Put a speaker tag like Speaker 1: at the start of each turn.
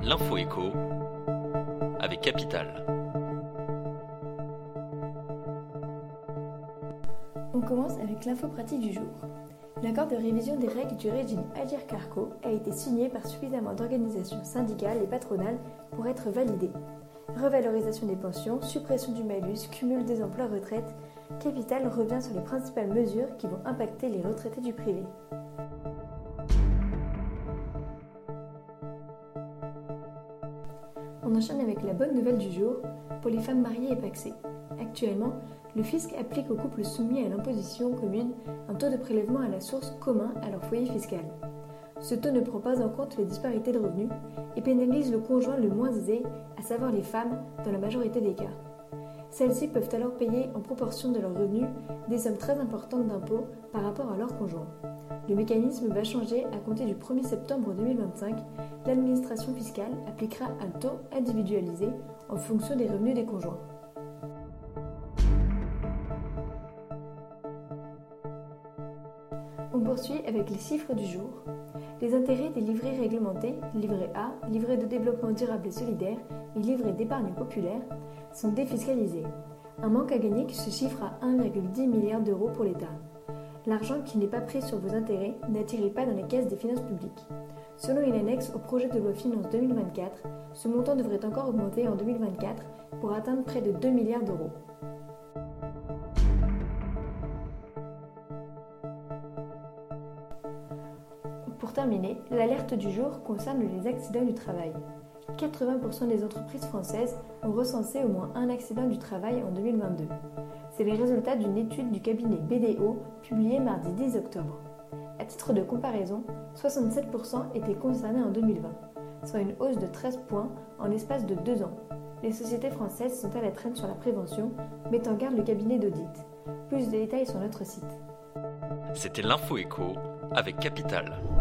Speaker 1: l'info écho avec Capital.
Speaker 2: On commence avec l'info pratique du jour. L'accord de révision des règles du régime Agirc-Arrco a été signé par suffisamment d'organisations syndicales et patronales pour être validé. Revalorisation des pensions, suppression du malus, cumul des emplois retraite, Capital revient sur les principales mesures qui vont impacter les retraités du privé. On enchaîne avec la bonne nouvelle du jour pour les femmes mariées et pacsées. Actuellement, le fisc applique aux couples soumis à l'imposition commune un taux de prélèvement à la source commun à leur foyer fiscal. Ce taux ne prend pas en compte les disparités de revenus et pénalise le conjoint le moins aisé, à savoir les femmes, dans la majorité des cas. Celles-ci peuvent alors payer en proportion de leurs revenus des sommes très importantes d'impôts par rapport à leur conjoint. Le mécanisme va changer à compter du 1er septembre 2025. L'administration fiscale appliquera un taux individualisé en fonction des revenus des conjoints. On poursuit avec les chiffres du jour. Les intérêts des livrets réglementés, livret A, livret de développement durable et solidaire et livret d'épargne populaire, sont défiscalisés. Un manque à gagner qui se chiffre à 1,10 milliard d'euros pour l'État. L'argent qui n'est pas pris sur vos intérêts n'atterrit pas dans les caisses des finances publiques. Selon une annexe au projet de loi finance 2024, ce montant devrait encore augmenter en 2024 pour atteindre près de 2 milliards d'euros. Pour terminer, l'alerte du jour concerne les accidents du travail. 80% des entreprises françaises ont recensé au moins un accident du travail en 2022. C'est les résultats d'une étude du cabinet BDO publiée mardi 10 octobre. À titre de comparaison, 67% étaient concernés en 2020, soit une hausse de 13 points en l'espace de 2 ans. Les sociétés françaises sont à la traîne sur la prévention, met en garde le cabinet d'audit. Plus de détails sur notre site.
Speaker 1: C'était l'info écho avec Capital.